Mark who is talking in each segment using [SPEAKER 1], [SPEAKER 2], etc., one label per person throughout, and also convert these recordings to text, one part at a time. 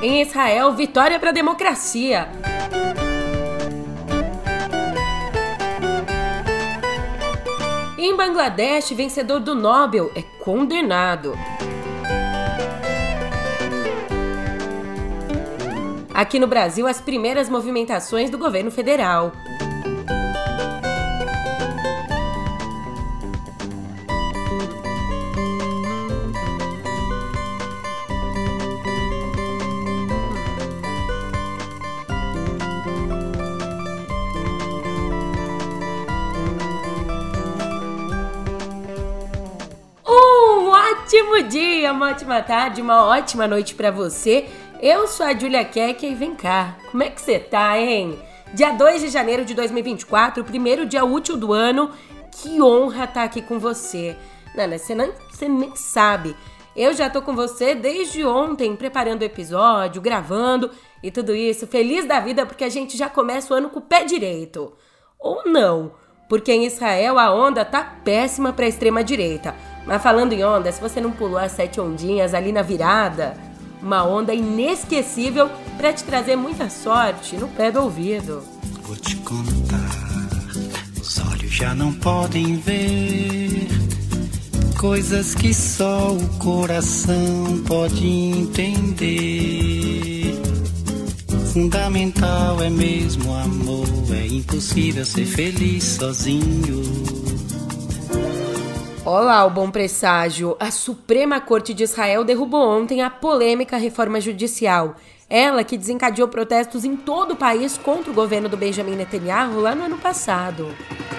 [SPEAKER 1] Em Israel, vitória para a democracia. Em Bangladesh, vencedor do Nobel é condenado. Aqui no Brasil, as primeiras movimentações do governo federal. Um ótimo dia, uma ótima tarde, uma ótima noite pra você. Eu sou a Julia Keck e vem cá, como é que você tá, hein? Dia 2 de janeiro de 2024, o primeiro dia útil do ano, que honra estar aqui com você. Nana, você nem sabe, eu já tô com você desde ontem, preparando o episódio, gravando e tudo isso, feliz da vida porque a gente já começa o ano com o pé direito. Ou não, porque em Israel a onda tá péssima pra extrema direita. Mas falando em onda, se você não pulou as 7 ondinhas ali na virada... Uma onda inesquecível para te trazer muita sorte no pé do ouvido.
[SPEAKER 2] Vou te contar, os olhos já não podem ver coisas que só o coração pode entender. Fundamental é mesmo amor, é impossível ser feliz sozinho.
[SPEAKER 1] Olá, o bom presságio. A Suprema Corte de Israel derrubou ontem a polêmica reforma judicial. Ela que desencadeou protestos em todo o país contra o governo do Benjamin Netanyahu lá no ano passado.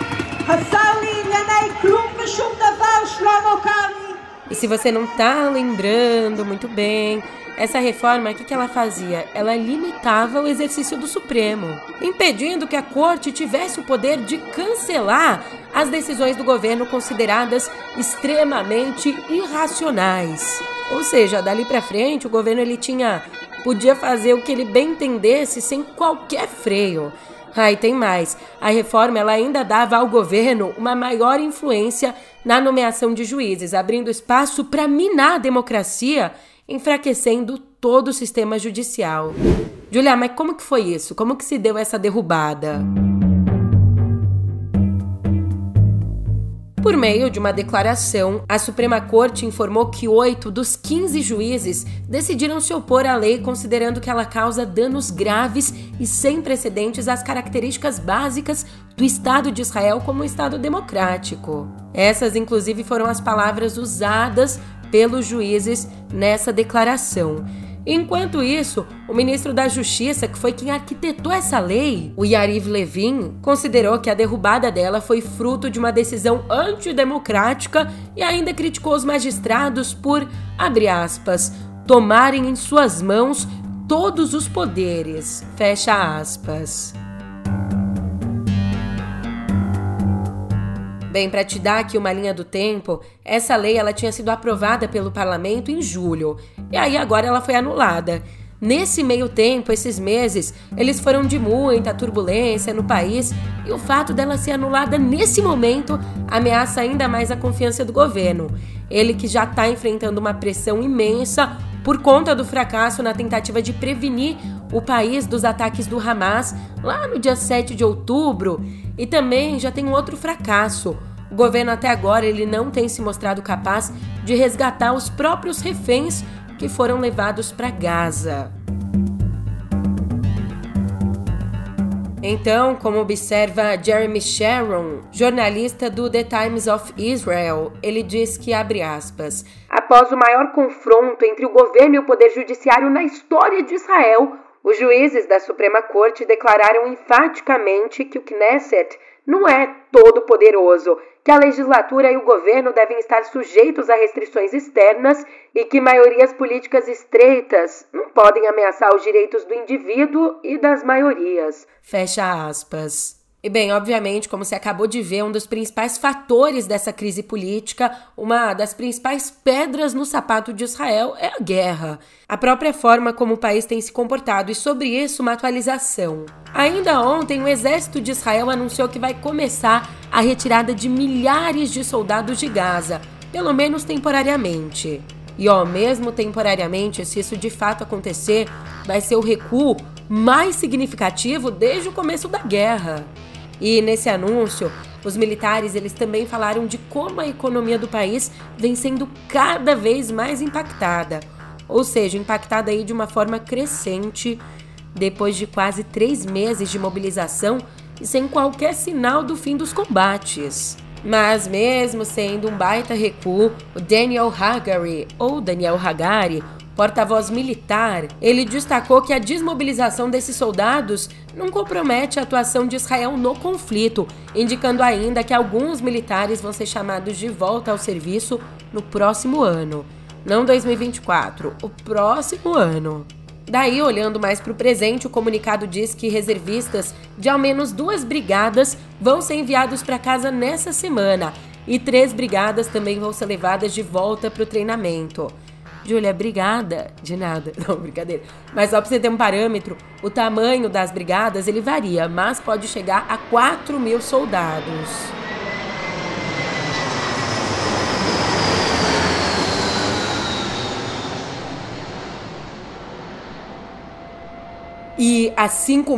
[SPEAKER 1] E se você não tá lembrando muito bem, essa reforma, o que ela fazia? Ela limitava o exercício do Supremo, impedindo que a Corte tivesse o poder de cancelar as decisões do governo consideradas extremamente irracionais. Ou seja, dali pra frente, o governo podia fazer o que ele bem entendesse sem qualquer freio. E tem mais. A reforma ela ainda dava ao governo uma maior influência na nomeação de juízes, abrindo espaço para minar a democracia, enfraquecendo todo o sistema judicial. Julia, mas como que foi isso? Como que se deu essa derrubada? Por meio de uma declaração, a Suprema Corte informou que 8 dos 15 juízes decidiram se opor à lei, considerando que ela causa danos graves e sem precedentes às características básicas do Estado de Israel como um Estado democrático. Essas, inclusive, foram as palavras usadas pelos juízes nessa declaração. Enquanto isso, o ministro da Justiça, que foi quem arquitetou essa lei, o Yariv Levin, considerou que a derrubada dela foi fruto de uma decisão antidemocrática e ainda criticou os magistrados por, abre aspas, tomarem em suas mãos todos os poderes, fecha aspas. Bem, para te dar aqui uma linha do tempo, essa lei ela tinha sido aprovada pelo parlamento em julho, e aí agora ela foi anulada. Nesse meio tempo, esses meses, eles foram de muita turbulência no país, e o fato dela ser anulada nesse momento ameaça ainda mais a confiança do governo. Ele que já está enfrentando uma pressão imensa por conta do fracasso na tentativa de prevenir o país dos ataques do Hamas lá no dia 7 de outubro, e também já tem um outro fracasso. O governo até agora ele não tem se mostrado capaz de resgatar os próprios reféns que foram levados para Gaza. Então, como observa Jeremy Sharon, jornalista do The Times of Israel, ele diz que, abre aspas, após o maior confronto entre o governo e o poder judiciário na história de Israel, os juízes da Suprema Corte declararam enfaticamente que o Knesset não é todo poderoso, que a legislatura e o governo devem estar sujeitos a restrições externas e que maiorias políticas estreitas não podem ameaçar os direitos do indivíduo e das maiorias. Fecha aspas. E bem, obviamente, como você acabou de ver, um dos principais fatores dessa crise política, uma das principais pedras no sapato de Israel é a guerra. A própria forma como o país tem se comportado e sobre isso uma atualização. Ainda ontem, o exército de Israel anunciou que vai começar a retirada de milhares de soldados de Gaza, pelo menos temporariamente. E mesmo temporariamente, se isso de fato acontecer, vai ser o recuo mais significativo desde o começo da guerra. E nesse anúncio, os militares eles também falaram de como a economia do país vem sendo cada vez mais impactada. Ou seja, impactada aí de uma forma crescente depois de quase 3 meses de mobilização e sem qualquer sinal do fim dos combates. Mas mesmo sendo um baita recuo, o Daniel Hagari, porta-voz militar, ele destacou que a desmobilização desses soldados não compromete a atuação de Israel no conflito, indicando ainda que alguns militares vão ser chamados de volta ao serviço no próximo ano. Não 2024, o próximo ano. Daí, olhando mais para o presente, o comunicado diz que reservistas de ao menos 2 brigadas vão ser enviados para casa nessa semana e 3 brigadas também vão ser levadas de volta para o treinamento. Júlia, brigada? De nada. Não, brincadeira. Mas só para você ter um parâmetro, o tamanho das brigadas ele varia, mas pode chegar a 4.000 soldados. E a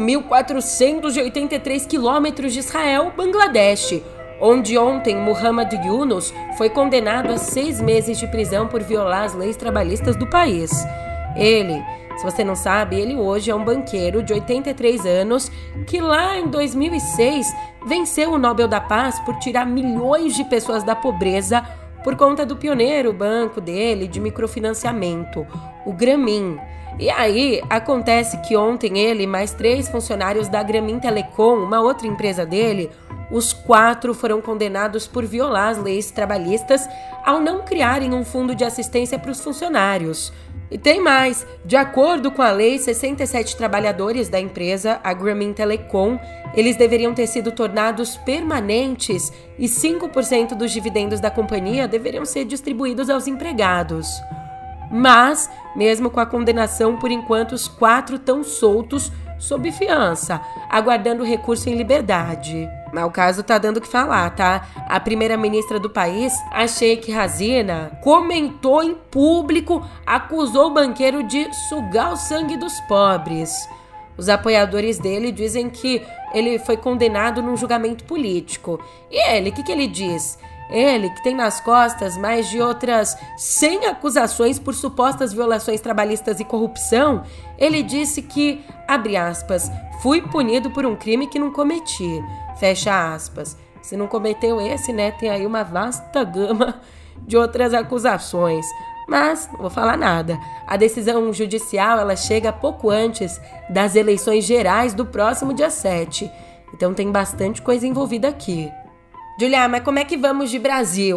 [SPEAKER 1] 5.483 quilômetros de Israel, Bangladesh, onde ontem Muhammad Yunus foi condenado a 6 meses de prisão por violar as leis trabalhistas do país. Ele, se você não sabe, ele hoje é um banqueiro de 83 anos que lá em 2006 venceu o Nobel da Paz por tirar milhões de pessoas da pobreza por conta do pioneiro banco dele de microfinanciamento, o Grameen. E aí, acontece que ontem ele e mais 3 funcionários da Grameen Telecom, uma outra empresa dele, os 4 foram condenados por violar as leis trabalhistas ao não criarem um fundo de assistência para os funcionários. E tem mais, de acordo com a lei, 67 trabalhadores da empresa, a Grameen Telecom, eles deveriam ter sido tornados permanentes e 5% dos dividendos da companhia deveriam ser distribuídos aos empregados. Mas, mesmo com a condenação, por enquanto os 4 estão soltos sob fiança, aguardando recurso em liberdade. Mas o caso tá dando o que falar, tá? A primeira-ministra do país, a Sheikh Hasina, comentou em público, acusou o banqueiro de sugar o sangue dos pobres. Os apoiadores dele dizem que ele foi condenado num julgamento político. E ele, o que ele diz? Ele, que tem nas costas mais de outras 100 acusações por supostas violações trabalhistas e corrupção, ele disse que, abre aspas, fui punido por um crime que não cometi, fecha aspas. Se não cometeu esse, né, tem aí uma vasta gama de outras acusações. Mas, não vou falar nada. A decisão judicial, ela chega pouco antes das eleições gerais do próximo dia 7. Então tem bastante coisa envolvida aqui. Julia, mas como é que vamos de Brasil?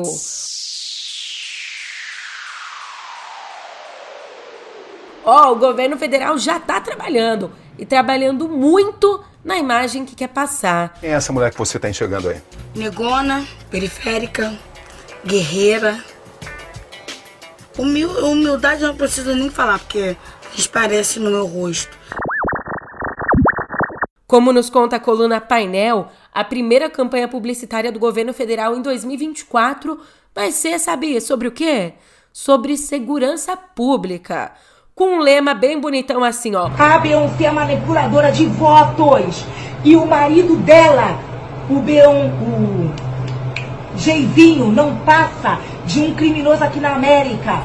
[SPEAKER 1] O governo federal já tá trabalhando. E trabalhando muito na imagem que quer passar.
[SPEAKER 3] Quem é essa mulher que você tá enxergando aí?
[SPEAKER 4] Negona, periférica, guerreira. Humildade eu não preciso nem falar, porque transparece no meu rosto.
[SPEAKER 1] Como nos conta a coluna Painel, a primeira campanha publicitária do governo federal em 2024 vai ser, sabe, sobre o quê? Sobre segurança pública. Com um lema bem bonitão assim, ó.
[SPEAKER 5] A Beyoncé é manipuladora de votos. E o marido dela, o Jeizinho, não passa de um criminoso aqui na América.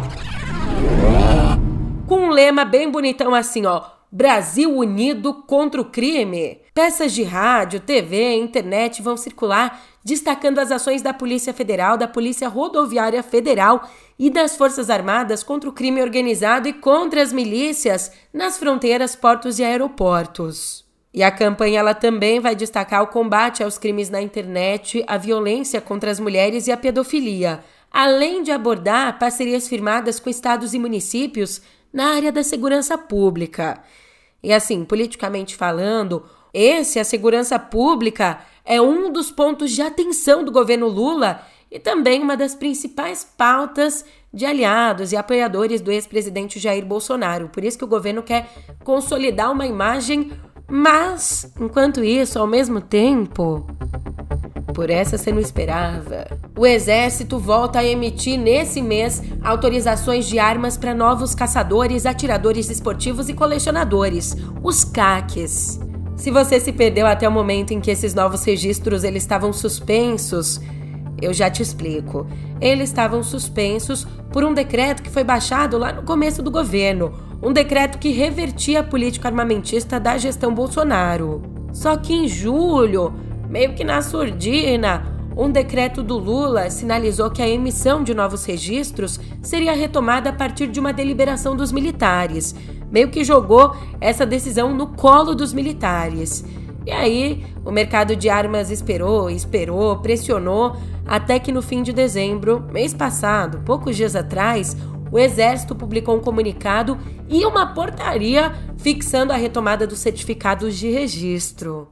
[SPEAKER 1] Com um lema bem bonitão assim, ó. Brasil unido contra o crime. Peças de rádio, TV, internet vão circular destacando as ações da Polícia Federal, da Polícia Rodoviária Federal e das Forças Armadas contra o crime organizado e contra as milícias nas fronteiras, portos e aeroportos. E a campanha ela também vai destacar o combate aos crimes na internet, a violência contra as mulheres e a pedofilia, além de abordar parcerias firmadas com estados e municípios na área da segurança pública. E assim, politicamente falando, a segurança pública é um dos pontos de atenção do governo Lula e também uma das principais pautas de aliados e apoiadores do ex-presidente Jair Bolsonaro. Por isso que o governo quer consolidar uma imagem, mas, enquanto isso, ao mesmo tempo, Por essa você não esperava. O Exército volta a emitir nesse mês autorizações de armas para novos caçadores, atiradores esportivos e colecionadores, os CACs. Se você se perdeu até o momento em que esses novos registros eles estavam suspensos, eu já te explico. Eles estavam suspensos por um decreto que foi baixado lá no começo do governo, um decreto que revertia a política armamentista da gestão Bolsonaro. Só que em julho, meio que na surdina, um decreto do Lula sinalizou que a emissão de novos registros seria retomada a partir de uma deliberação dos militares. Meio que jogou essa decisão no colo dos militares. E aí, o mercado de armas esperou, pressionou, até que no fim de dezembro, mês passado, poucos dias atrás, o Exército publicou um comunicado e uma portaria fixando a retomada dos certificados de registro.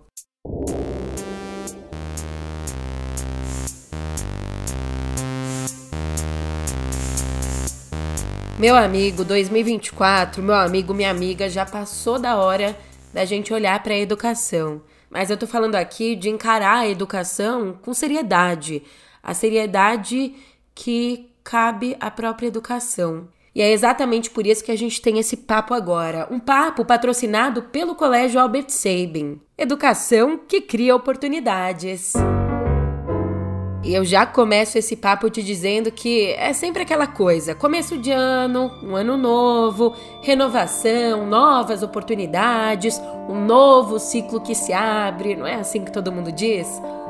[SPEAKER 1] Meu amigo, 2024, meu amigo, minha amiga, já passou da hora da gente olhar para a educação. Mas eu tô falando aqui de encarar a educação com seriedade. A seriedade que cabe à própria educação. E é exatamente por isso que a gente tem esse papo agora. Um papo patrocinado pelo Colégio Albert Sabin. Educação que cria oportunidades. E eu já começo esse papo te dizendo que é sempre aquela coisa. Começo de ano, um ano novo, renovação, novas oportunidades, um novo ciclo que se abre. Não é assim que todo mundo diz?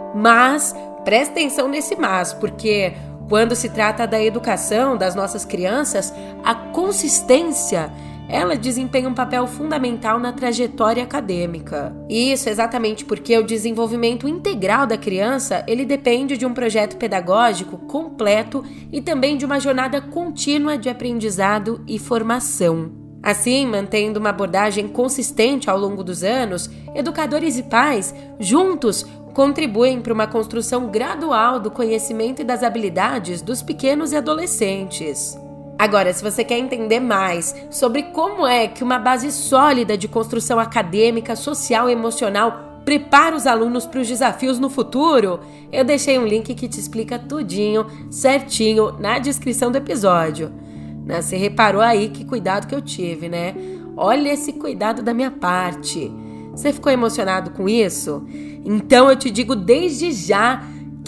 [SPEAKER 1] Mas presta atenção nesse mas, porque quando se trata da educação das nossas crianças, a consistência, ela desempenha um papel fundamental na trajetória acadêmica. E isso exatamente porque o desenvolvimento integral da criança, ele depende de um projeto pedagógico completo e também de uma jornada contínua de aprendizado e formação. Assim, mantendo uma abordagem consistente ao longo dos anos, educadores e pais, juntos, contribuem para uma construção gradual do conhecimento e das habilidades dos pequenos e adolescentes. Agora, se você quer entender mais sobre como é que uma base sólida de construção acadêmica, social e emocional prepara os alunos para os desafios no futuro, eu deixei um link que te explica tudinho, certinho, na descrição do episódio. Você reparou aí que cuidado que eu tive, né? Olha esse cuidado da minha parte. Você ficou emocionado com isso? Então eu te digo desde já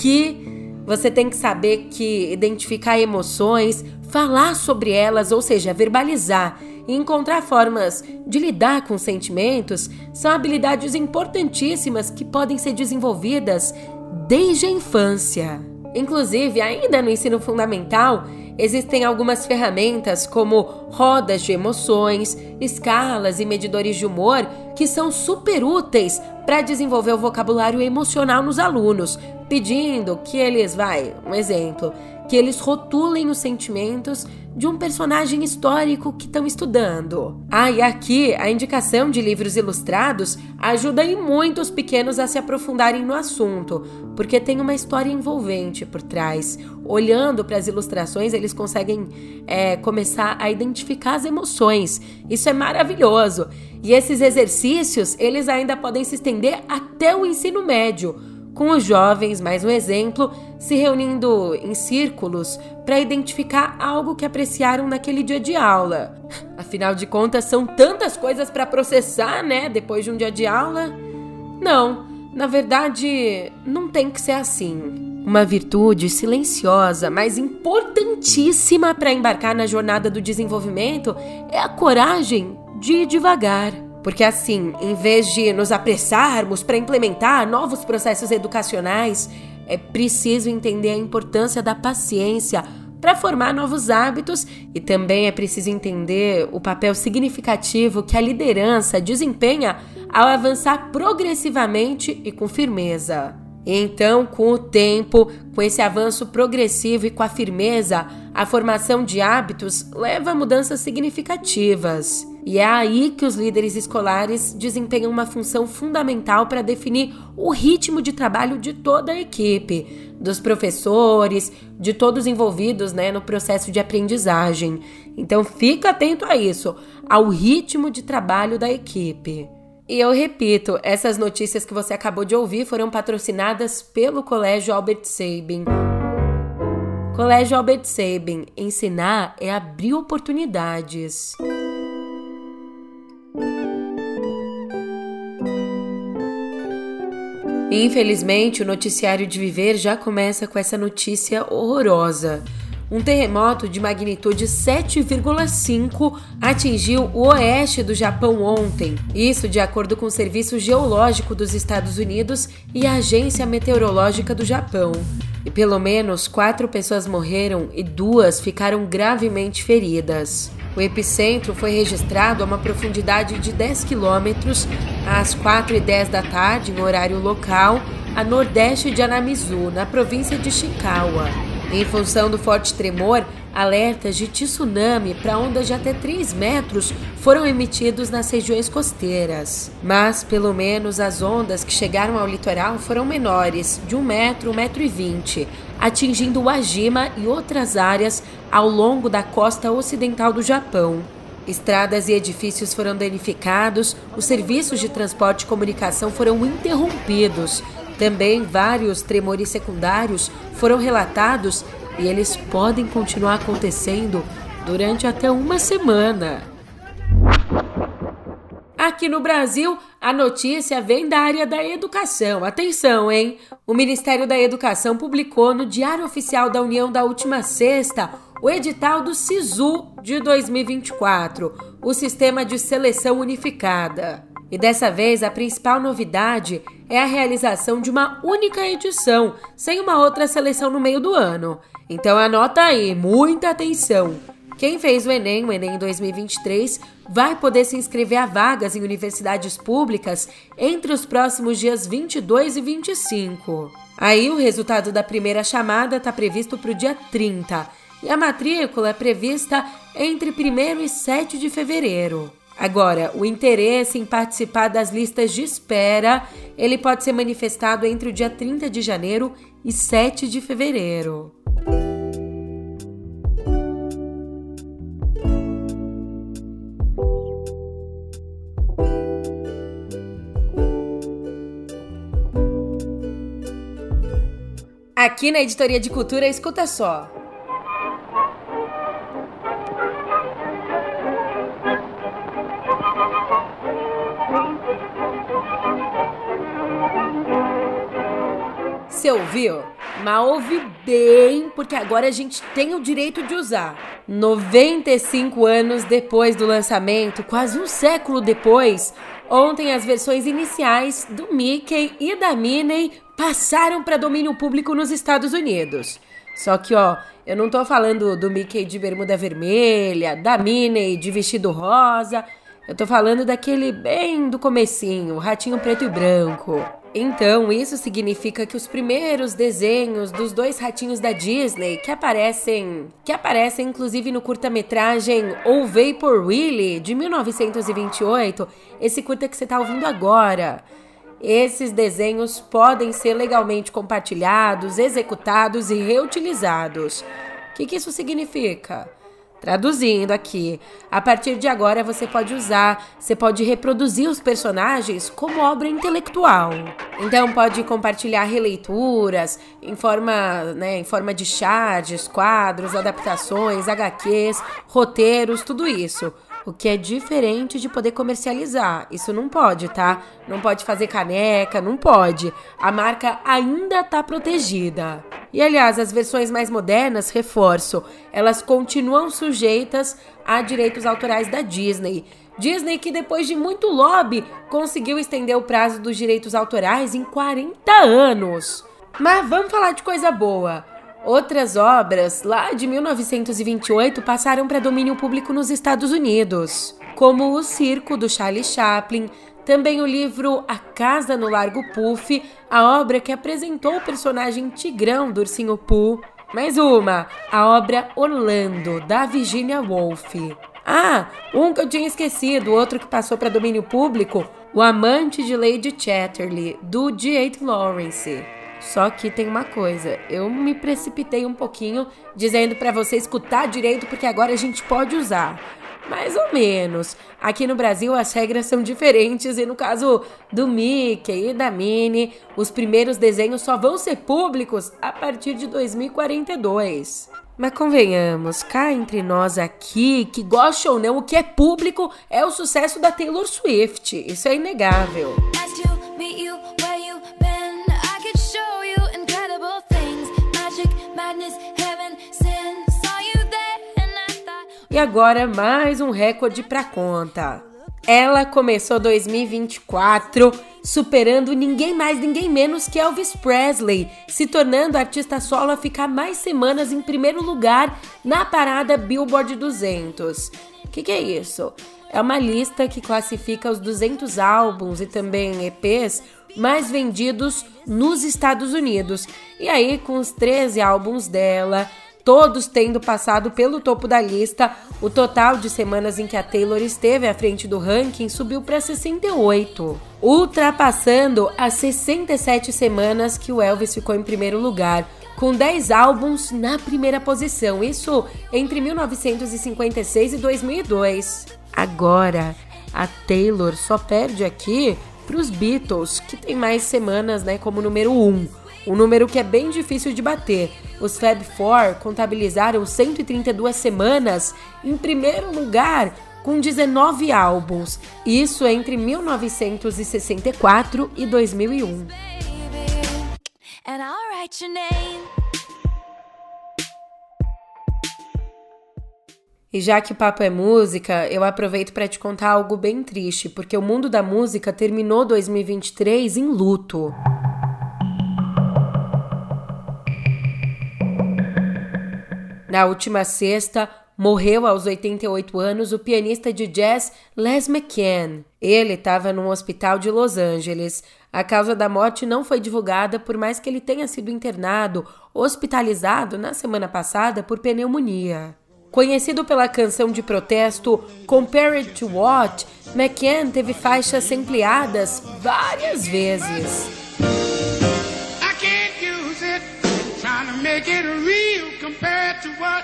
[SPEAKER 1] que você tem que saber que identificar emoções, falar sobre elas, ou seja, verbalizar e encontrar formas de lidar com sentimentos são habilidades importantíssimas que podem ser desenvolvidas desde a infância. Inclusive, ainda no ensino fundamental, existem algumas ferramentas como rodas de emoções, escalas e medidores de humor que são super úteis para desenvolver o vocabulário emocional nos alunos, pedindo que eles, um exemplo, que eles rotulem os sentimentos de um personagem histórico que estão estudando. E aqui a indicação de livros ilustrados ajuda e muito os pequenos a se aprofundarem no assunto, porque tem uma história envolvente por trás. Olhando para as ilustrações, eles conseguem começar a identificar as emoções. Isso é maravilhoso. E esses exercícios, eles ainda podem se estender até o ensino médio, com os jovens, mais um exemplo, se reunindo em círculos para identificar algo que apreciaram naquele dia de aula. Afinal de contas, são tantas coisas para processar, né, depois de um dia de aula? Não, na verdade, não tem que ser assim. Uma virtude silenciosa, mas importantíssima para embarcar na jornada do desenvolvimento é a coragem de ir devagar. Porque assim, em vez de nos apressarmos para implementar novos processos educacionais, é preciso entender a importância da paciência para formar novos hábitos e também é preciso entender o papel significativo que a liderança desempenha ao avançar progressivamente e com firmeza. Então, com o tempo, com esse avanço progressivo e com a firmeza, a formação de hábitos leva a mudanças significativas. E é aí que os líderes escolares desempenham uma função fundamental para definir o ritmo de trabalho de toda a equipe, dos professores, de todos envolvidos, no processo de aprendizagem. Então, fica atento a isso, ao ritmo de trabalho da equipe. E eu repito, essas notícias que você acabou de ouvir foram patrocinadas pelo Colégio Albert Sabin. Colégio Albert Sabin, ensinar é abrir oportunidades. Infelizmente, o noticiário de Viver já começa com essa notícia horrorosa. Um terremoto de magnitude 7,5 atingiu o oeste do Japão ontem. Isso de acordo com o Serviço Geológico dos Estados Unidos e a Agência Meteorológica do Japão. E pelo menos 4 pessoas morreram e 2 ficaram gravemente feridas. O epicentro foi registrado a uma profundidade de 10 quilômetros às 4h10 da tarde, em horário local, a nordeste de Anamizu, na província de Ishikawa. Em função do forte tremor, alertas de tsunami para ondas de até 3 metros foram emitidos nas regiões costeiras. Mas, pelo menos, as ondas que chegaram ao litoral foram menores, de 1 metro, 1,20 m, atingindo Wajima e outras áreas ao longo da costa ocidental do Japão. Estradas e edifícios foram danificados, os serviços de transporte e comunicação foram interrompidos. Também vários tremores secundários foram relatados e eles podem continuar acontecendo durante até 1 semana. Aqui no Brasil, a notícia vem da área da educação. Atenção, hein? O Ministério da Educação publicou no Diário Oficial da União da última sexta o edital do SISU de 2024, o Sistema de Seleção Unificada. E dessa vez, a principal novidade é a realização de uma única edição, sem uma outra seleção no meio do ano. Então anota aí, muita atenção! Quem fez o Enem 2023, vai poder se inscrever a vagas em universidades públicas entre os próximos dias 22 e 25. Aí o resultado da primeira chamada está previsto para o dia 30, e a matrícula é prevista entre 1º e 7 de fevereiro. Agora, o interesse em participar das listas de espera, ele pode ser manifestado entre o dia 30 de janeiro e 7 de fevereiro. Aqui na Editoria de Cultura, escuta só. Você ouviu? Mas ouve bem, porque agora a gente tem o direito de usar. 95 anos depois do lançamento, quase um século depois, ontem as versões iniciais do Mickey e da Minnie passaram para domínio público nos Estados Unidos. Só que, eu não tô falando do Mickey de bermuda vermelha, da Minnie de vestido rosa, eu tô falando daquele bem do comecinho, o ratinho preto e branco. Então, isso significa que os primeiros desenhos dos 2 ratinhos da Disney, que aparecem inclusive no curta-metragem O Vapor Willie, de 1928, esse curta que você tá ouvindo agora, esses desenhos podem ser legalmente compartilhados, executados e reutilizados. O que isso significa? Traduzindo aqui, a partir de agora você pode reproduzir os personagens como obra intelectual. Então pode compartilhar releituras em forma de charges, quadros, adaptações, HQs, roteiros, tudo isso. O que é diferente de poder comercializar. Isso não pode, tá? Não pode fazer caneca, não pode. A marca ainda tá protegida. E, aliás, as versões mais modernas, reforço, elas continuam sujeitas a direitos autorais da Disney. Disney que, depois de muito lobby, conseguiu estender o prazo dos direitos autorais em 40 anos. Mas vamos falar de coisa boa. Outras obras, lá de 1928, passaram para domínio público nos Estados Unidos, como O Circo, do Charlie Chaplin, também o livro A Casa no Largo Puff, a obra que apresentou o personagem Tigrão do Ursinho Pooh. Mais uma, a obra Orlando, da Virginia Woolf. Um que eu tinha esquecido, outro que passou para domínio público, O Amante de Lady Chatterley, do D.H. Lawrence. Só que tem uma coisa, eu me precipitei um pouquinho dizendo para você escutar direito porque agora a gente pode usar. Mais ou menos. Aqui no Brasil as regras são diferentes e no caso do Mickey e da Minnie, os primeiros desenhos só vão ser públicos a partir de 2042. Mas convenhamos, cá entre nós aqui, que gosta ou não, o que é público é o sucesso da Taylor Swift. Isso é inegável. E agora mais um recorde pra conta. Ela começou 2024 superando ninguém mais, ninguém menos que Elvis Presley, se tornando a artista solo a ficar mais semanas em primeiro lugar na parada Billboard 200. O que é isso? É uma lista que classifica os 200 álbuns e também EPs mais vendidos nos Estados Unidos. E aí, com os 13 álbuns dela, todos tendo passado pelo topo da lista, o total de semanas em que a Taylor esteve à frente do ranking subiu para 68, ultrapassando as 67 semanas que o Elvis ficou em primeiro lugar, com 10 álbuns na primeira posição, isso entre 1956 e 2002. Agora, a Taylor só perde aqui para os Beatles, que tem mais semanas, como número 1. Um número que é bem difícil de bater. Os Fab Four contabilizaram 132 semanas em primeiro lugar, com 19 álbuns. Isso entre 1964 e 2001. E já que o papo é música, eu aproveito para te contar algo bem triste, porque o mundo da música terminou 2023 em luto. Na última sexta, morreu aos 88 anos o pianista de jazz Les McCann. Ele estava num hospital de Los Angeles. A causa da morte não foi divulgada, por mais que ele tenha sido internado, hospitalizado na semana passada por pneumonia. Conhecido pela canção de protesto Compare It to What, McCann teve faixas sampleadas várias vezes. Make it real compared to what?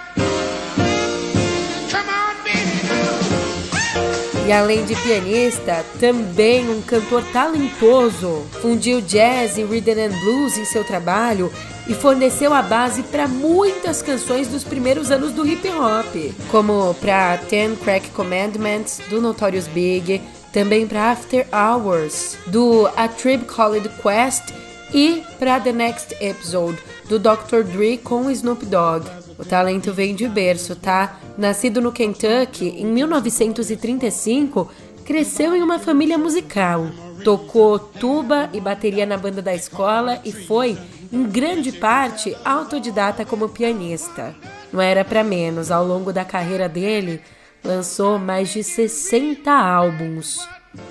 [SPEAKER 1] Come on, baby. E além de pianista, também um cantor talentoso. Fundiu jazz e rhythm and blues em seu trabalho e forneceu a base para muitas canções dos primeiros anos do hip hop, como para 10 Crack Commandments, do Notorious Big, também para After Hours, do A Tribe Called Quest e para The Next Episode, do Dr. Dre com Snoop Dogg. O talento vem de berço, tá? Nascido no Kentucky em 1935, cresceu em uma família musical. Tocou tuba e bateria na banda da escola e foi, em grande parte, autodidata como pianista. Não era pra menos, ao longo da carreira dele, lançou mais de 60 álbuns.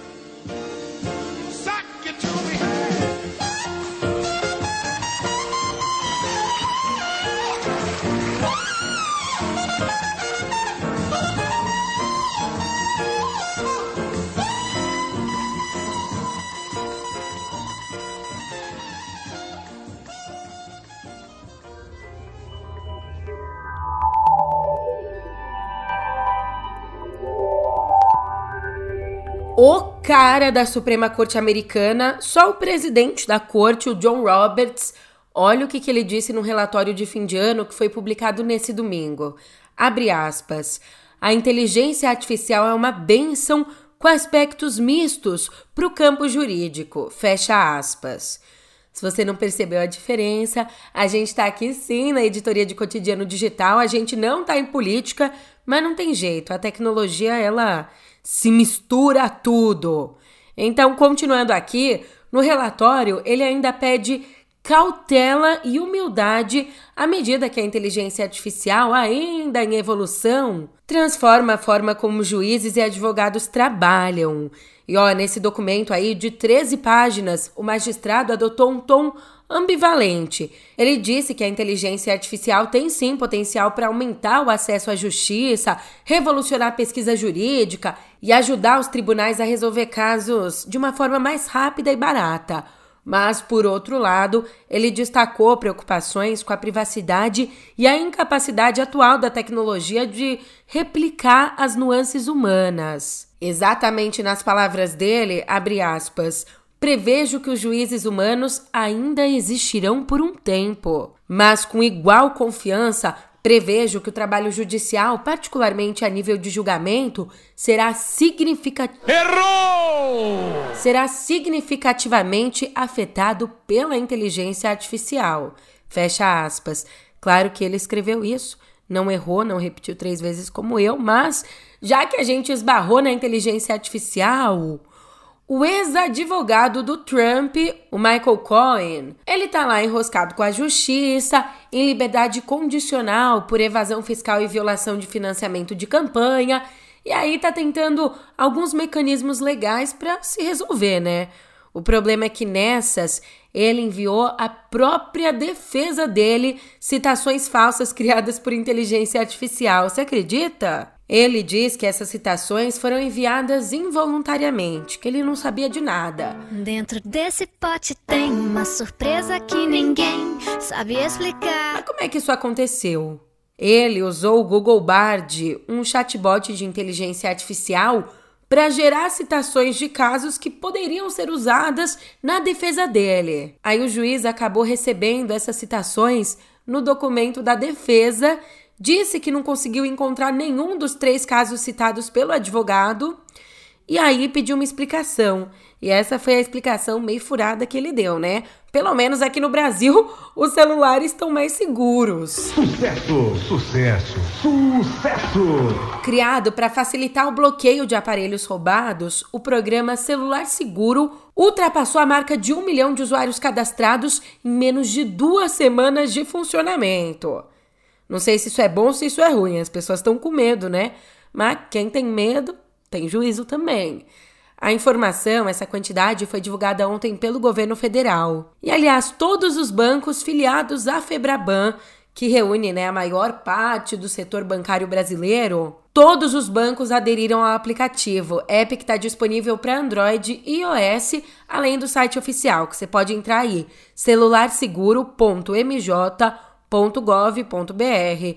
[SPEAKER 1] O cara da Suprema Corte Americana, só o presidente da corte, o John Roberts, olha o que ele disse no relatório de fim de ano que foi publicado nesse domingo. Abre aspas. A inteligência artificial é uma bênção com aspectos mistos para o campo jurídico. Fecha aspas. Se você não percebeu a diferença, a gente está aqui sim na editoria de Cotidiano Digital, a gente não está em política, mas não tem jeito, a tecnologia ela se mistura tudo. Então, continuando aqui, no relatório ele ainda pede cautela e humildade à medida que a inteligência artificial, ainda em evolução, transforma a forma como juízes e advogados trabalham. E nesse documento aí de 13 páginas, o magistrado adotou um tom ambivalente. Ele disse que a inteligência artificial tem sim potencial para aumentar o acesso à justiça, revolucionar a pesquisa jurídica e ajudar os tribunais a resolver casos de uma forma mais rápida e barata. Mas, por outro lado, ele destacou preocupações com a privacidade e a incapacidade atual da tecnologia de replicar as nuances humanas. Exatamente nas palavras dele, abre aspas, prevejo que os juízes humanos ainda existirão por um tempo, mas com igual confiança, prevejo que o trabalho judicial, particularmente a nível de julgamento, será significativamente afetado pela inteligência artificial. Fecha aspas. Claro que ele escreveu isso, não errou, não repetiu 3 vezes como eu, mas já que a gente esbarrou na inteligência artificial, o ex-advogado do Trump, o Michael Cohen, ele tá lá enroscado com a justiça, em liberdade condicional por evasão fiscal e violação de financiamento de campanha, e aí tá tentando alguns mecanismos legais pra se resolver, né? O problema é que nessas, ele enviou à própria defesa dele citações falsas criadas por inteligência artificial. Você acredita? Ele diz que essas citações foram enviadas involuntariamente, que ele não sabia de nada.
[SPEAKER 6] Dentro desse pote tem uma surpresa que ninguém sabe explicar.
[SPEAKER 1] Mas como é que isso aconteceu? Ele usou o Google Bard, um chatbot de inteligência artificial, para gerar citações de casos que poderiam ser usadas na defesa dele. Aí o juiz acabou recebendo essas citações no documento da defesa, disse que não conseguiu encontrar nenhum dos 3 casos citados pelo advogado e aí pediu uma explicação. E essa foi a explicação meio furada que ele deu, né? Pelo menos aqui no Brasil, os celulares estão mais seguros.
[SPEAKER 7] Sucesso, sucesso, sucesso!
[SPEAKER 1] Criado para facilitar o bloqueio de aparelhos roubados, o programa Celular Seguro ultrapassou a marca de 1 milhão de usuários cadastrados em menos de 2 semanas de funcionamento. Não sei se isso é bom ou se isso é ruim, as pessoas estão com medo, né? Mas quem tem medo, tem juízo também. A informação, essa quantidade, foi divulgada ontem pelo governo federal. E, aliás, todos os bancos filiados à Febraban, que reúne, a maior parte do setor bancário brasileiro, todos os bancos aderiram ao aplicativo. App que está disponível para Android e iOS, além do site oficial, que você pode entrar aí, celularseguro.mj.gov.br,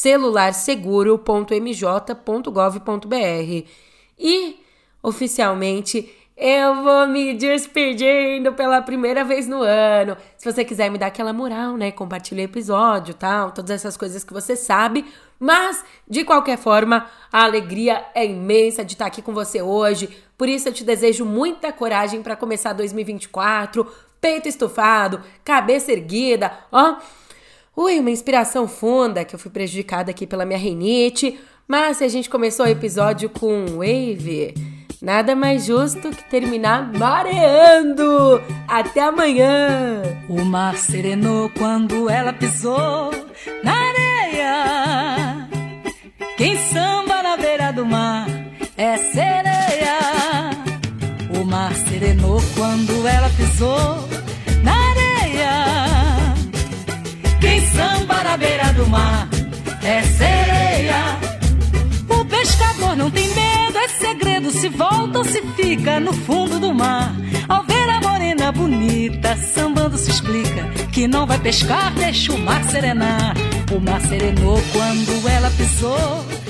[SPEAKER 1] celularseguro.mj.gov.br. E, oficialmente, eu vou me despedindo pela primeira vez no ano. Se você quiser me dar aquela moral, compartilha o episódio, tal, todas essas coisas que você sabe. Mas, de qualquer forma, a alegria é imensa de estar aqui com você hoje. Por isso eu te desejo muita coragem para começar 2024. Peito estufado, cabeça erguida, uma inspiração funda, que eu fui prejudicada aqui pela minha rinite. Mas se a gente começou o episódio com Wave, nada mais justo que terminar mareando. Até amanhã!
[SPEAKER 8] O mar serenou quando ela pisou na areia. Quem samba na beira do mar é sereia. O mar serenou quando ela pisou na areia. Quem samba na beira do mar é sereia. O pescador não tem medo, é segredo, se volta ou se fica no fundo do mar. Ao ver a morena bonita, sambando se explica que não vai pescar, deixa o mar serenar. O mar serenou quando ela pisou